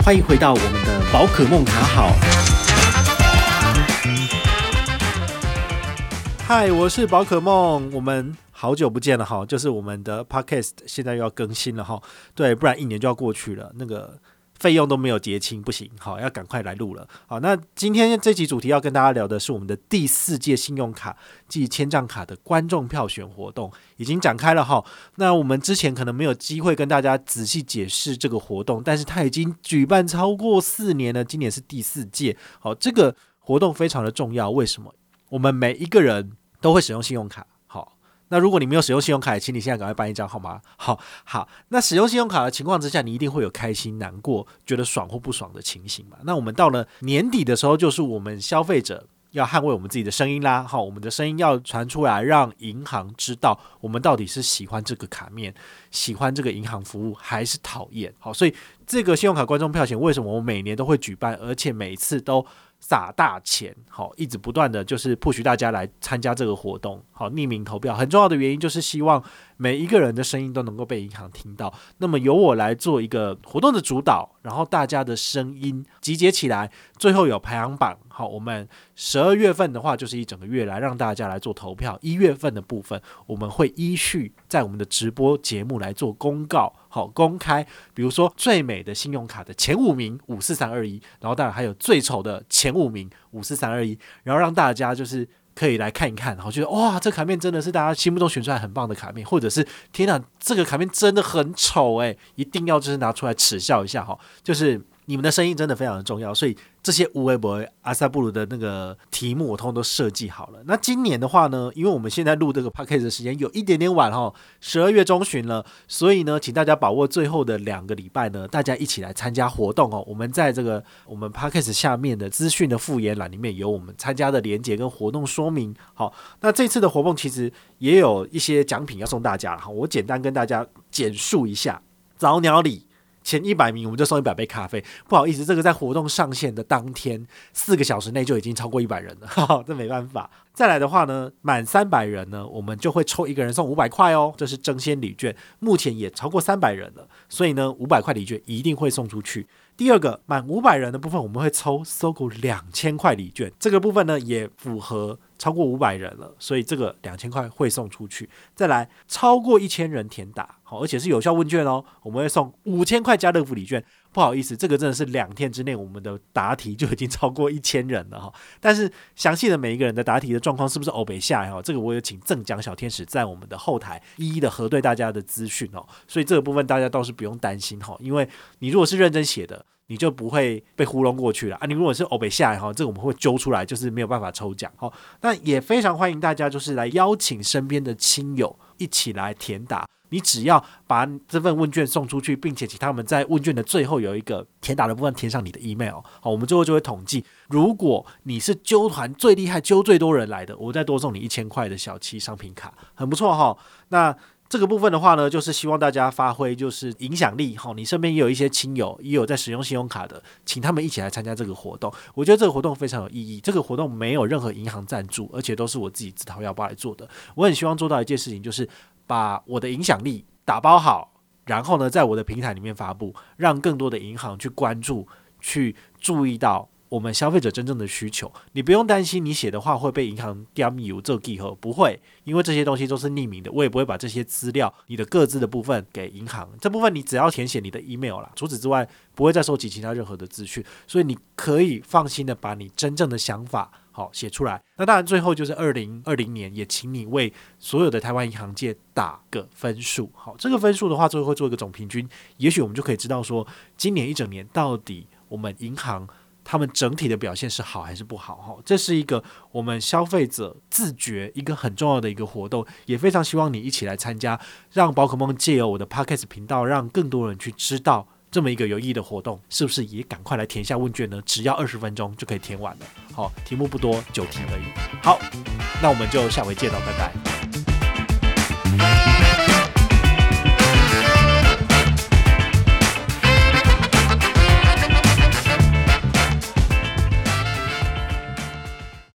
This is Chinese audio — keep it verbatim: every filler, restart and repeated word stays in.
欢迎回到我们的宝可梦卡好。嗨，我是宝可梦，我们好久不见了哈，就是我们的 podcast 现在又要更新了哈，对，不然一年就要过去了，那个费用都没有结清，不行，好，要赶快来录了。好，那今天这集主题要跟大家聊的是我们的第四届信用卡暨千账卡的观众票选活动已经展开了哈。那我们之前可能没有机会跟大家仔细解释这个活动，但是它已经举办超过四年了，今年是第四届。好，这个活动非常的重要，为什么？我们每一个人都会使用信用卡。那如果你没有使用信用卡，请你现在赶快办一张好吗？好好，那使用信用卡的情况之下，你一定会有开心、难过、觉得爽或不爽的情形嘛。那我们到了年底的时候，就是我们消费者要捍卫我们自己的声音啦。好，我们的声音要传出来，让银行知道我们到底是喜欢这个卡面、喜欢这个银行服务，还是讨厌。好，所以这个信用卡观众票选为什么我每年都会举办，而且每次都撒大钱，好，一直不断的就是 push 大家来参加这个活动，好，匿名投票，很重要的原因就是希望每一个人的声音都能够被银行听到。那么由我来做一个活动的主导，然后大家的声音集结起来，最后有排行榜。好，我们十二月份的话就是一整个月来让大家来做投票，一月份的部分我们会依序在我们的直播节目来做公告，好，公开，比如说最美的信用卡的前五名五四三二一，然后当然还有最丑的前五名五四三二一，然后让大家就是可以来看一看，然后觉得哇，这卡面真的是大家心目中选出来很棒的卡面，或者是天哪，这个卡面真的很丑哎，一定要就是拿出来耻笑一下哈，就是你们的声音真的非常的重要，所以这些无微不微阿萨布鲁的那个题目我通通都设计好了。那今年的话呢，因为我们现在录这个 podcast 的时间有一点点晚哈，十二月中旬了，所以呢，请大家把握最后的两个礼拜呢，大家一起来参加活动哦。我们在这个我们 podcast 下面的资讯的附言栏里面有我们参加的连结跟活动说明。好，那这次的活动其实也有一些奖品要送大家了，我简单跟大家简述一下。早鸟礼前一百名我们就送一百杯咖啡，不好意思，这个在活动上线的当天四个小时内就已经超过一百人了，呵呵，这没办法。再来的话呢，满三百人呢，我们就会抽一个人送五百块哦，这是争先礼券，目前也超过三百人了，所以呢，五百块礼券一定会送出去。第二个，满五百人的部分我们会抽搜狗两千块礼券，这个部分呢也符合超过五百人了，所以这个两千块会送出去。再来，超过一千人填答，好，而且是有效问卷哦，我们会送五千块家乐福礼券。不好意思，这个真的是两天之内我们的答题就已经超过一千人了哈。但是详细的每一个人的答题的状况是不是欧北下哈，这个我有请正奖小天使在我们的后台一一的核对大家的资讯哦，所以这个部分大家倒是不用担心哈，因为你如果是认真写的，你就不会被糊弄过去了啊！你如果是欧北下哈，这个我们会揪出来，就是没有办法抽奖哈。那也非常欢迎大家就是来邀请身边的亲友一起来填答。你只要把这份问卷送出去，并且请他们在问卷的最后有一个填答的部分填上你的 email， 好，我们最后就会统计。如果你是揪团最厉害、揪最多人来的，我再多送你一千块的小七商品卡，很不错哈。那这个部分的话呢，就是希望大家发挥就是影响力，你身边也有一些亲友也有在使用信用卡的，请他们一起来参加这个活动。我觉得这个活动非常有意义，这个活动没有任何银行赞助，而且都是我自己自掏腰包来做的。我很希望做到一件事情，就是把我的影响力打包好，然后呢在我的平台里面发布，让更多的银行去关注，去注意到我们消费者真正的需求。你不用担心你写的话会被银行点油做记号，不会，因为这些东西都是匿名的，我也不会把这些资料你的个资的部分给银行，这部分你只要填写你的 email 啦，除此之外不会再收集其他任何的资讯，所以你可以放心的把你真正的想法好写出来。那当然最后就是二零二零年也请你为所有的台湾银行界打个分数，好，这个分数的话最后会做一个总平均，也许我们就可以知道说今年一整年到底我们银行他们整体的表现是好还是不好，这是一个我们消费者自觉一个很重要的一个活动，也非常希望你一起来参加，让宝可梦借由我的 Podcast 频道让更多人去知道这么一个有意义的活动，是不是也赶快来填一下问卷呢？只要二十分钟就可以填完了，好，题目不多，九题而已。好，那我们就下回见了，拜拜。